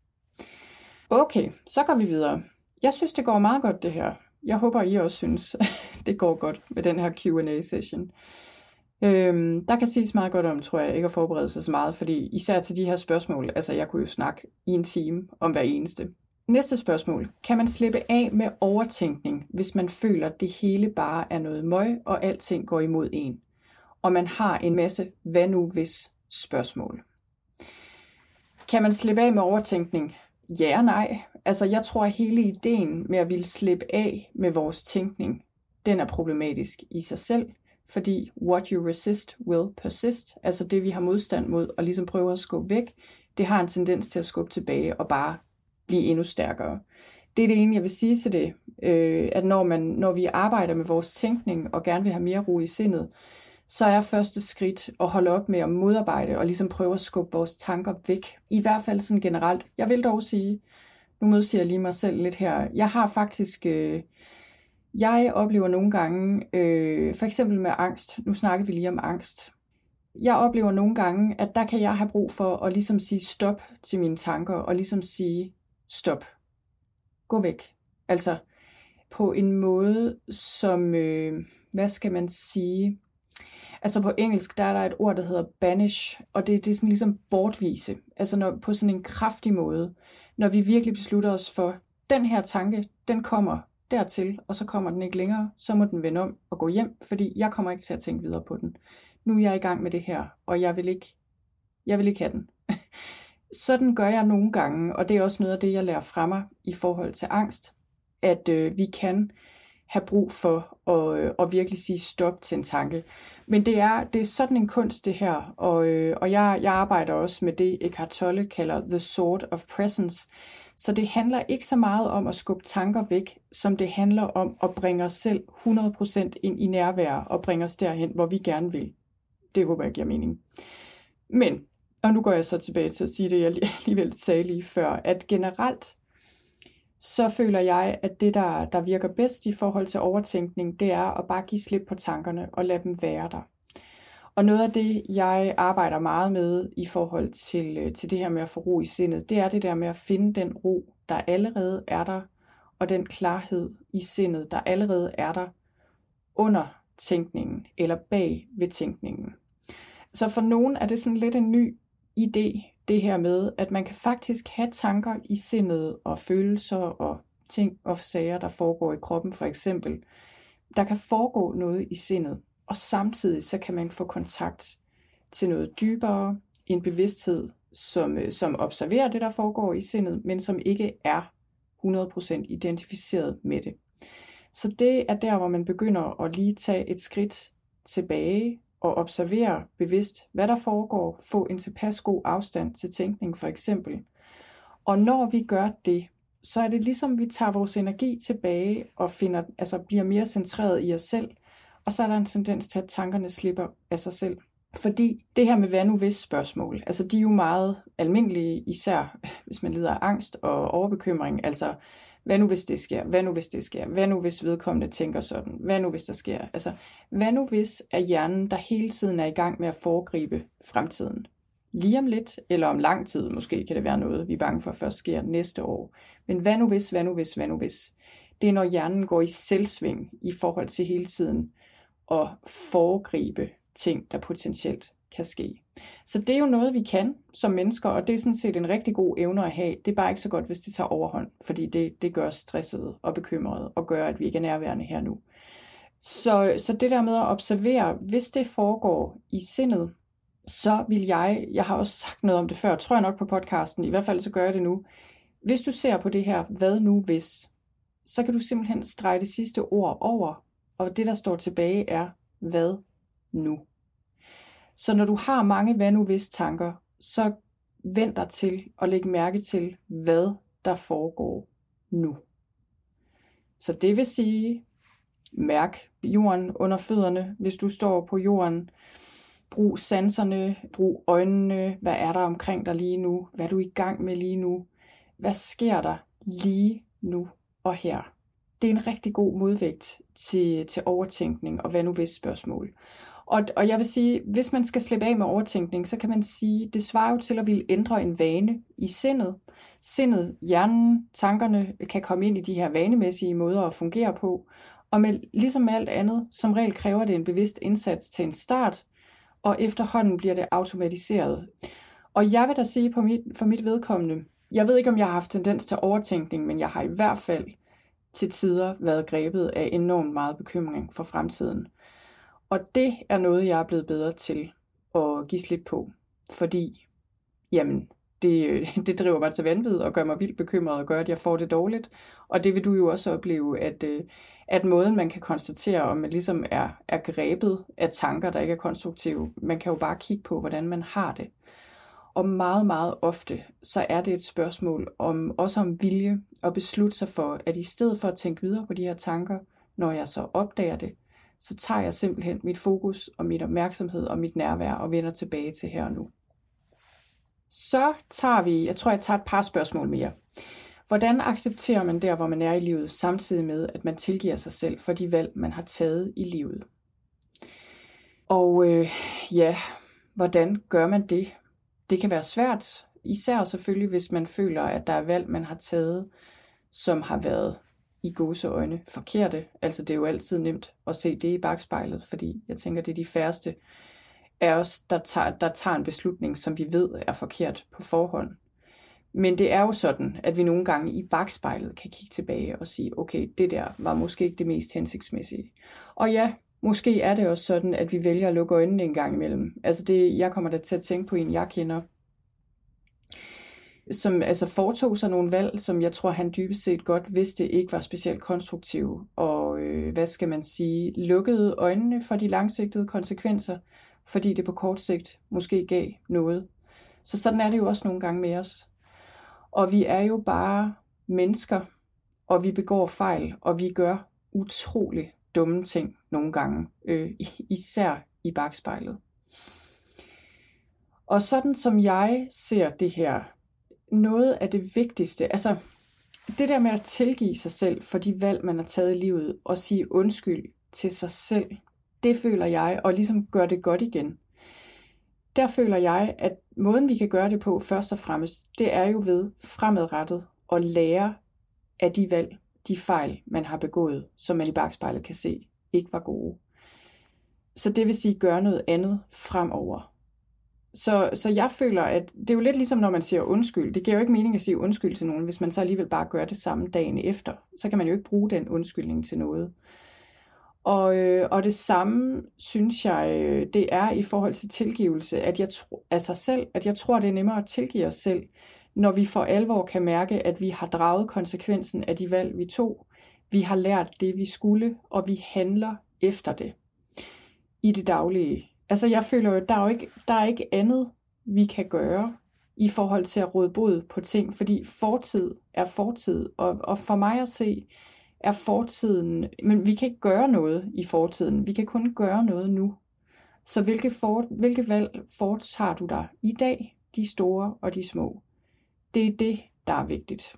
Okay, så går vi videre. Jeg synes, det går meget godt det her. Jeg håber, I også synes, det går godt med den her Q and A-session. Øhm, der kan siges meget godt om, tror jeg, ikke at forberede sig så meget, fordi især til de her spørgsmål, altså jeg kunne jo snakke i en time om hver eneste. Næste spørgsmål. Kan man slippe af med overtænkning, hvis man føler, at det hele bare er noget møg, og alting går imod en? Og man har en masse hvad nu hvis spørgsmål. Kan man slippe af med overtænkning? Ja og nej. Altså jeg tror, at hele ideen med at ville slippe af med vores tænkning, den er problematisk i sig selv, fordi what you resist will persist. Altså det vi har modstand mod og ligesom prøver at skubbe væk, det har en tendens til at skubbe tilbage og bare blive endnu stærkere. Det er det ene, jeg vil sige til det, øh, at når, man, når vi arbejder med vores tænkning og gerne vil have mere ro i sindet, så er første skridt at holde op med at modarbejde og ligesom prøve at skubbe vores tanker væk. I hvert fald sådan generelt. Jeg vil dog sige, nu modsiger jeg lige mig selv lidt her, jeg har faktisk, øh, jeg oplever nogle gange, øh, for eksempel med angst, nu snakker vi lige om angst, jeg oplever nogle gange, at der kan jeg have brug for at ligesom sige stop til mine tanker, og ligesom sige stop. Gå væk. Altså på en måde, som, øh, hvad skal man sige? Altså på engelsk, der er der et ord, der hedder banish, og det, det er sådan ligesom bortvise. Altså når, på sådan en kraftig måde. Når vi virkelig beslutter os for, den her tanke, den kommer dertil, og så kommer den ikke længere, så må den vende om og gå hjem, fordi jeg kommer ikke til at tænke videre på den. Nu er jeg i gang med det her, og jeg vil ikke, jeg vil ikke have den. Sådan gør jeg nogle gange, og det er også noget af det, jeg lærer fra mig i forhold til angst, at øh, vi kan have brug for at, øh, at virkelig sige stop til en tanke. Men det er, det er sådan en kunst det her, og, øh, og jeg, jeg arbejder også med det, Eckhart Tolle kalder the sword of presence. Så det handler ikke så meget om at skubbe tanker væk, som det handler om at bringe os selv hundrede procent ind i nærvær og bringe os derhen, hvor vi gerne vil. Det håber jeg giver mening. Men, og nu går jeg så tilbage til at sige det, jeg alligevel sagde lige før, at generelt, så føler jeg, at det, der, der virker bedst i forhold til overtænkning, det er at bare give slip på tankerne og lade dem være der. Og noget af det, jeg arbejder meget med i forhold til, til det her med at få ro i sindet, det er det der med at finde den ro, der allerede er der, og den klarhed i sindet, der allerede er der under tænkningen, eller bag ved tænkningen. Så for nogen er det sådan lidt en ny idé, det her med, at man kan faktisk have tanker i sindet og følelser og ting og sager, der foregår i kroppen for eksempel. Der kan foregå noget i sindet, og samtidig så kan man få kontakt til noget dybere, en bevidsthed, som, som observerer det, der foregår i sindet, men som ikke er hundrede procent identificeret med det. Så det er der, hvor man begynder at lige tage et skridt tilbage og observere bevidst, hvad der foregår, få en tilpas god afstand til tænkning for eksempel. Og når vi gør det, så er det ligesom, vi tager vores energi tilbage og finder, altså bliver mere centreret i os selv, og så er der en tendens til, at tankerne slipper af sig selv. Fordi det her med hvad nu hvis spørgsmål, altså de er jo meget almindelige, især hvis man lider af angst og overbekymring, altså hvad nu hvis det sker, hvad nu hvis det sker, hvad nu hvis vedkommende tænker sådan, hvad nu hvis der sker, altså hvad nu hvis er hjernen, der hele tiden er i gang med at foregribe fremtiden. Lige om lidt, eller om lang tid, måske kan det være noget, vi er bange for først sker næste år. Men hvad nu hvis, hvad nu hvis, hvad nu hvis. Det er når hjernen går i selvsving i forhold til hele tiden at foregribe ting, der potentielt kan ske. Så det er jo noget, vi kan som mennesker, og det er sådan set en rigtig god evne at have. Det er bare ikke så godt, hvis det tager overhånd, fordi det, det gør os stressede og bekymrede, og gør, at vi ikke er nærværende her nu. Så, så det der med at observere, hvis det foregår i sindet, så vil jeg, jeg har også sagt noget om det før, tror jeg nok på podcasten, i hvert fald så gør jeg det nu. Hvis du ser på det her, hvad nu hvis, så kan du simpelthen strege det sidste ord over, og det der står tilbage er, hvad nu. Så når du har mange hvad nu hvis tanker, så vend dig til at lægge mærke til, hvad der foregår nu. Så det vil sige, mærk jorden under fødderne, hvis du står på jorden. Brug sanserne, brug øjnene, hvad er der omkring dig lige nu, hvad er du i gang med lige nu, hvad sker der lige nu og her. Det er en rigtig god modvægt til, til overtænkning og hvad nu hvis spørgsmål. Og, og jeg vil sige, hvis man skal slippe af med overtænkning, så kan man sige, det svarer jo til at ville ændre en vane i sindet. Sindet, hjernen, tankerne kan komme ind i de her vanemæssige måder at fungere på. Og med, ligesom med alt andet, som regel kræver det en bevidst indsats til en start, og efterhånden bliver det automatiseret. Og jeg vil da sige på mit, for mit vedkommende, jeg ved ikke, om jeg har haft tendens til overtænkning, men jeg har i hvert fald til tider været grebet af enormt meget bekymring for fremtiden. Og det er noget, jeg er blevet bedre til at give slip på, fordi jamen, det, det driver mig til vanvid og gør mig vildt bekymret og gør, at jeg får det dårligt. Og det vil du jo også opleve, at, at måden, man kan konstatere, om man ligesom er, er grebet af tanker, der ikke er konstruktive, man kan jo bare kigge på, hvordan man har det. Og meget, meget ofte, så er det et spørgsmål om, også om vilje at beslutte sig for, at i stedet for at tænke videre på de her tanker, når jeg så opdager det, så tager jeg simpelthen mit fokus og mit opmærksomhed og mit nærvær og vender tilbage til her og nu. Så tager vi, jeg tror jeg tager et par spørgsmål mere. Hvordan accepterer man der, hvor man er i livet, samtidig med, at man tilgiver sig selv for de valg, man har taget i livet? Og øh, ja, hvordan gør man det? Det kan være svært, især selvfølgelig, hvis man føler, at der er valg, man har taget, som har været i gåseøjne forkerte. Altså det er jo altid nemt at se det i bagspejlet, fordi jeg tænker, det er de færreste af os, der tager, der tager en beslutning, som vi ved er forkert på forhånd. Men det er jo sådan, at vi nogle gange i bagspejlet kan kigge tilbage og sige, okay, det der var måske ikke det mest hensigtsmæssige. Og ja, måske er det også sådan, at vi vælger at lukke øjnene en gang imellem. Altså det, jeg kommer da til at tænke på en, jeg kender, som altså foretog sig nogle valg, som jeg tror, han dybest set godt vidste ikke var specielt konstruktive. Og øh, hvad skal man sige, lukkede øjnene for de langsigtede konsekvenser, fordi det på kort sigt måske gav noget. Så sådan er det jo også nogle gange med os. Og vi er jo bare mennesker, og vi begår fejl, og vi gør utrolig dumme ting nogle gange, øh, især i bagspejlet. Og sådan som jeg ser det her, noget af det vigtigste, altså det der med at tilgive sig selv for de valg, man har taget i livet, og sige undskyld til sig selv, det føler jeg, og ligesom gør det godt igen. Der føler jeg, at måden vi kan gøre det på først og fremmest, det er jo ved fremadrettet at lære af de valg, de fejl, man har begået, som man i bagspejlet kan se, ikke var gode. Så det vil sige, gøre noget andet fremover. Så, så jeg føler, at det er jo lidt ligesom, når man siger undskyld. Det giver jo ikke mening at sige undskyld til nogen, hvis man så alligevel bare gør det samme dagen efter. Så kan man jo ikke bruge den undskyldning til noget. Og, øh, og det samme synes jeg, øh, det er i forhold til tilgivelse, at jeg tro, af sig selv, at jeg tror, det er nemmere at tilgive os selv, når vi for alvor kan mærke, at vi har draget konsekvensen af de valg, vi tog. Vi har lært det, vi skulle, og vi handler efter det i det daglige. Altså jeg føler jo, der er jo ikke, der er ikke andet, vi kan gøre i forhold til at råde bod på ting, fordi fortid er fortid, og, og for mig at se, er fortiden, men vi kan ikke gøre noget i fortiden, vi kan kun gøre noget nu. Så hvilke, for, hvilke valg foretager du dig i dag, de store og de små? Det er det, der er vigtigt.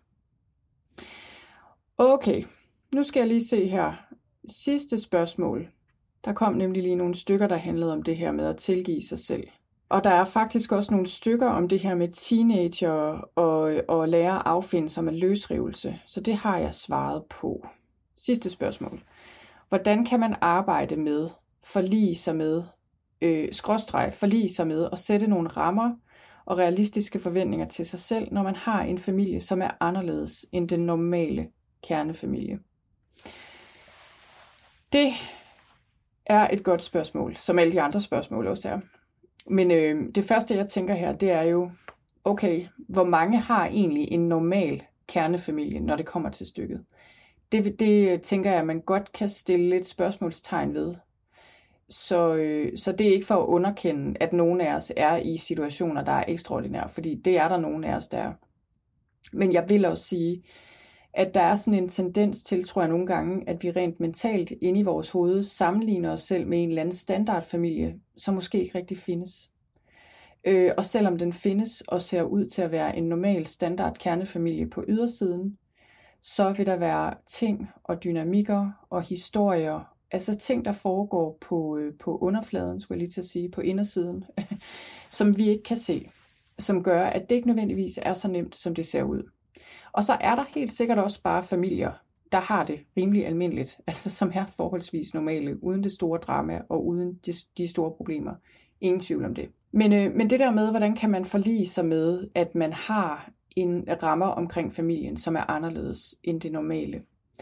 Okay, nu skal jeg lige se her. Sidste spørgsmål. Der kom nemlig lige nogle stykker, der handlede om det her med at tilgive sig selv. Og der er faktisk også nogle stykker om det her med teenager og, og lære at affinde sig med løsrivelse. Så det har jeg svaret på. Sidste spørgsmål. Hvordan kan man arbejde med, forlige sig med, øh, skråstreg, forlige sig med og sætte nogle rammer og realistiske forventninger til sig selv, når man har en familie, som er anderledes end den normale kernefamilie? Det er et godt spørgsmål, som alle de andre spørgsmål også er. Men øh, det første, jeg tænker her, det er jo, okay, hvor mange har egentlig en normal kernefamilie, når det kommer til stykket? Det, det tænker jeg, at man godt kan stille lidt spørgsmålstegn ved. Så, øh, så det er ikke for at underkende, at nogen af os er i situationer, der er ekstraordinære, fordi det er der nogen af os, der er. Men jeg vil også sige, at der er sådan en tendens til, tror jeg nogle gange, at vi rent mentalt inde i vores hoved sammenligner os selv med en eller anden standardfamilie, som måske ikke rigtig findes. Øh, og selvom den findes og ser ud til at være en normal standard kernefamilie på ydersiden, så vil der være ting og dynamikker og historier, altså ting, der foregår på, øh, på underfladen, skulle jeg lige til at sige, på indersiden, som vi ikke kan se, som gør, at det ikke nødvendigvis er så nemt, som det ser ud. Og så er der helt sikkert også bare familier, der har det rimelig almindeligt, altså som er forholdsvis normale, uden det store drama og uden de, de store problemer. Ingen tvivl om det. Men, øh, men det der med, hvordan kan man forlige sig med, at man har en rammer omkring familien, som er anderledes end det normale.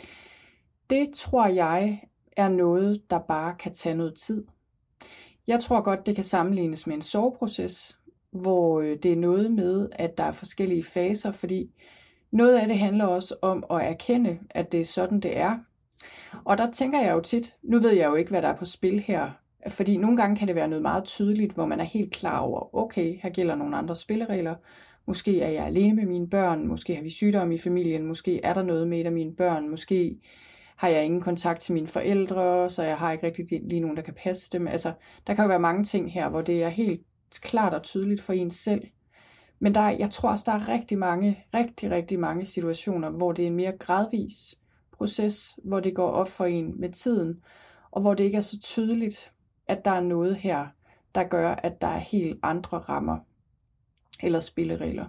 Det tror jeg er noget, der bare kan tage noget tid. Jeg tror godt, det kan sammenlignes med en soveproces, hvor det er noget med, at der er forskellige faser, fordi noget af det handler også om at erkende, at det er sådan, det er. Og der tænker jeg jo tit, nu ved jeg jo ikke, hvad der er på spil her, fordi nogle gange kan det være noget meget tydeligt, hvor man er helt klar over, okay, her gælder nogle andre spilleregler. Måske er jeg alene med mine børn, måske har vi sygdom i familien, måske er der noget med et af mine børn, måske har jeg ingen kontakt til mine forældre, så jeg har ikke rigtig lige nogen, der kan passe dem. Altså, der kan jo være mange ting her, hvor det er helt klart og tydeligt for en selv. Men der, jeg tror også, der er rigtig mange, rigtig, rigtig mange situationer, hvor det er en mere gradvis proces, hvor det går op for en med tiden, og hvor det ikke er så tydeligt, at der er noget her, der gør, at der er helt andre rammer eller spilleregler.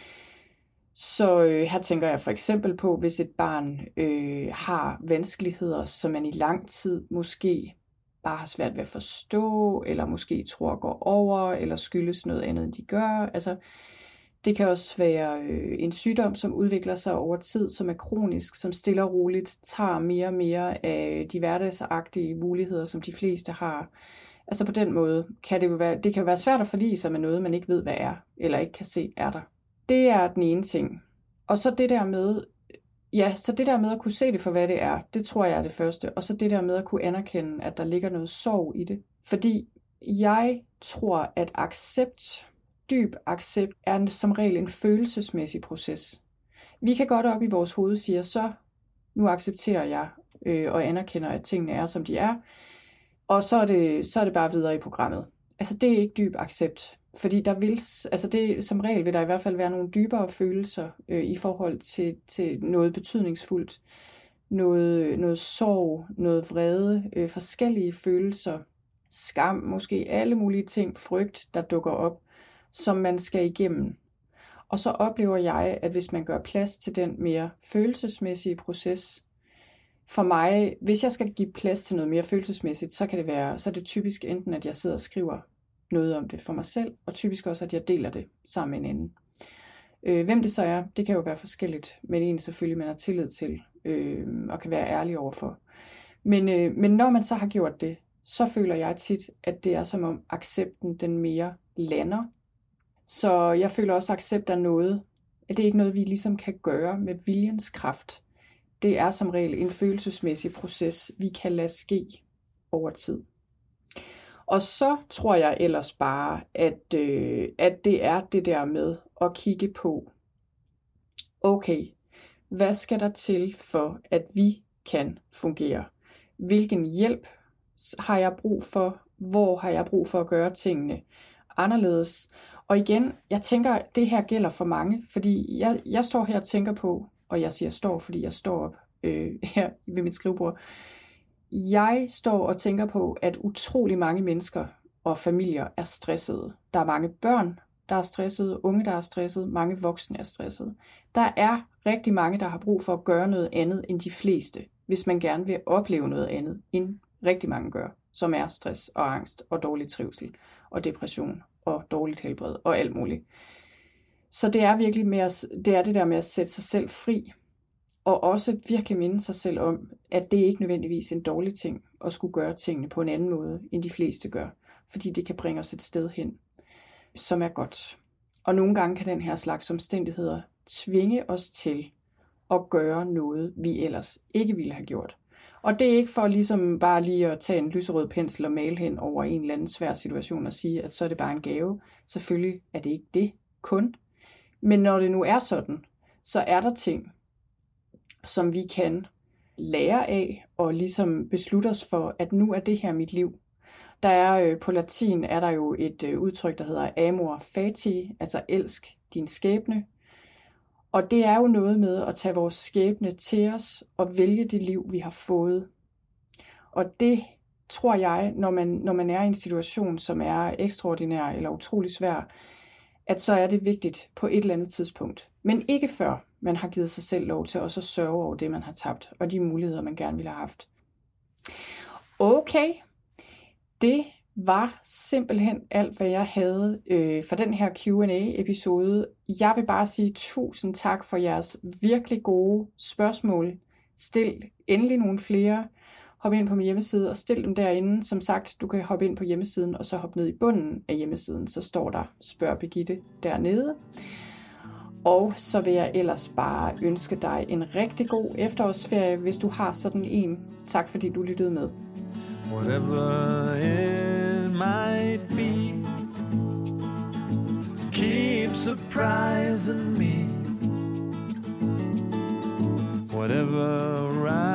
Så øh, her tænker jeg for eksempel på, hvis et barn øh, har vanskeligheder, som man i lang tid måske bare har svært ved at forstå, eller måske tror går over, eller skyldes noget andet, end de gør. Altså, det kan også være øh, en sygdom, som udvikler sig over tid, som er kronisk, som stille og roligt tager mere og mere af de hverdagsagtige muligheder, som de fleste har. Altså på den måde kan det jo være, det kan være svært at forlige sig med noget, man ikke ved, hvad er, eller ikke kan se, er der. Det er den ene ting. Og så det der med, ja, så det der med at kunne se det for, hvad det er, det tror jeg er det første. Og så det der med at kunne anerkende, at der ligger noget sorg i det. Fordi jeg tror, at accept, dyb accept, er som regel en følelsesmæssig proces. Vi kan godt op i vores hoved sige, så nu accepterer jeg øh, og anerkender, at tingene er, som de er. Og så er, det, så er det bare videre i programmet. Altså det er ikke dyb accept. Fordi der vil, altså det, som regel vil der i hvert fald være nogle dybere følelser øh, i forhold til, til noget betydningsfuldt. Noget, noget sorg, noget vrede, øh, forskellige følelser, skam, måske alle mulige ting, frygt, der dukker op, som man skal igennem. Og så oplever jeg, at hvis man gør plads til den mere følelsesmæssige proces, for mig, hvis jeg skal give plads til noget mere følelsesmæssigt, så kan det være, så er det typisk enten, at jeg sidder og skriver noget om det for mig selv, og typisk også, at jeg deler det sammen med en anden. Øh, hvem det så er, det kan jo være forskelligt, men en selvfølgelig, man har tillid til, øh, og kan være ærlig overfor. Men, øh, men når man så har gjort det, så føler jeg tit, at det er som om accepten den mere lander. Så jeg føler også, at accept er noget, at det er ikke noget, vi ligesom kan gøre med viljens kraft. Det er som regel en følelsesmæssig proces, vi kan lade ske over tid. Og så tror jeg ellers bare, at, øh, at det er det der med at kigge på, okay, hvad skal der til for, at vi kan fungere? Hvilken hjælp har jeg brug for? Hvor har jeg brug for at gøre tingene anderledes? Og igen, jeg tænker, at det her gælder for mange, fordi jeg, jeg står her og tænker på, og jeg siger står, fordi jeg står op øh, her ved mit skrivebord. Jeg står og tænker på, at utrolig mange mennesker og familier er stressede. Der er mange børn, der er stressede, unge, der er stressede, mange voksne er stressede. Der er rigtig mange, der har brug for at gøre noget andet end de fleste, hvis man gerne vil opleve noget andet, end rigtig mange gør, som er stress og angst og dårlig trivsel og depression og dårligt helbred og alt muligt. Så det er virkelig med at, det er det der med at sætte sig selv fri, og også virkelig minde sig selv om, at det ikke nødvendigvis er en dårlig ting at skulle gøre tingene på en anden måde, end de fleste gør, fordi det kan bringe os et sted hen, som er godt. Og nogle gange kan den her slags omstændigheder tvinge os til at gøre noget, vi ellers ikke ville have gjort. Og det er ikke for ligesom bare lige at tage en lyserød pensel og male hen over en eller anden svær situation og sige, at så er det bare en gave. Selvfølgelig er det ikke det kun. Men når det nu er sådan, så er der ting, som vi kan lære af og ligesom beslutte os for, at nu er det her mit liv. Der er på latin er der jo et udtryk, der hedder amor fati, altså elsk din skæbne. Og det er jo noget med at tage vores skæbne til os og vælge det liv, vi har fået. Og det tror jeg, når man, når man er i en situation, som er ekstraordinær eller utrolig svær, at så er det vigtigt på et eller andet tidspunkt. Men ikke før man har givet sig selv lov til også at sørge over det, man har tabt, og de muligheder, man gerne ville have haft. Okay, det var simpelthen alt, hvad jeg havde øh, for den her Q and A-episode. Jeg vil bare sige tusind tak for jeres virkelig gode spørgsmål. Stil endelig nogle flere. Hop ind på min hjemmeside og stil dem derinde. Som sagt, du kan hoppe ind på hjemmesiden og så hoppe ned i bunden af hjemmesiden. Så står der Spørg Birgitte dernede. Og så vil jeg ellers bare ønske dig en rigtig god efterårsferie, hvis du har sådan en. Tak fordi du lyttede med. Whatever it might be, keep surprising me. Whatever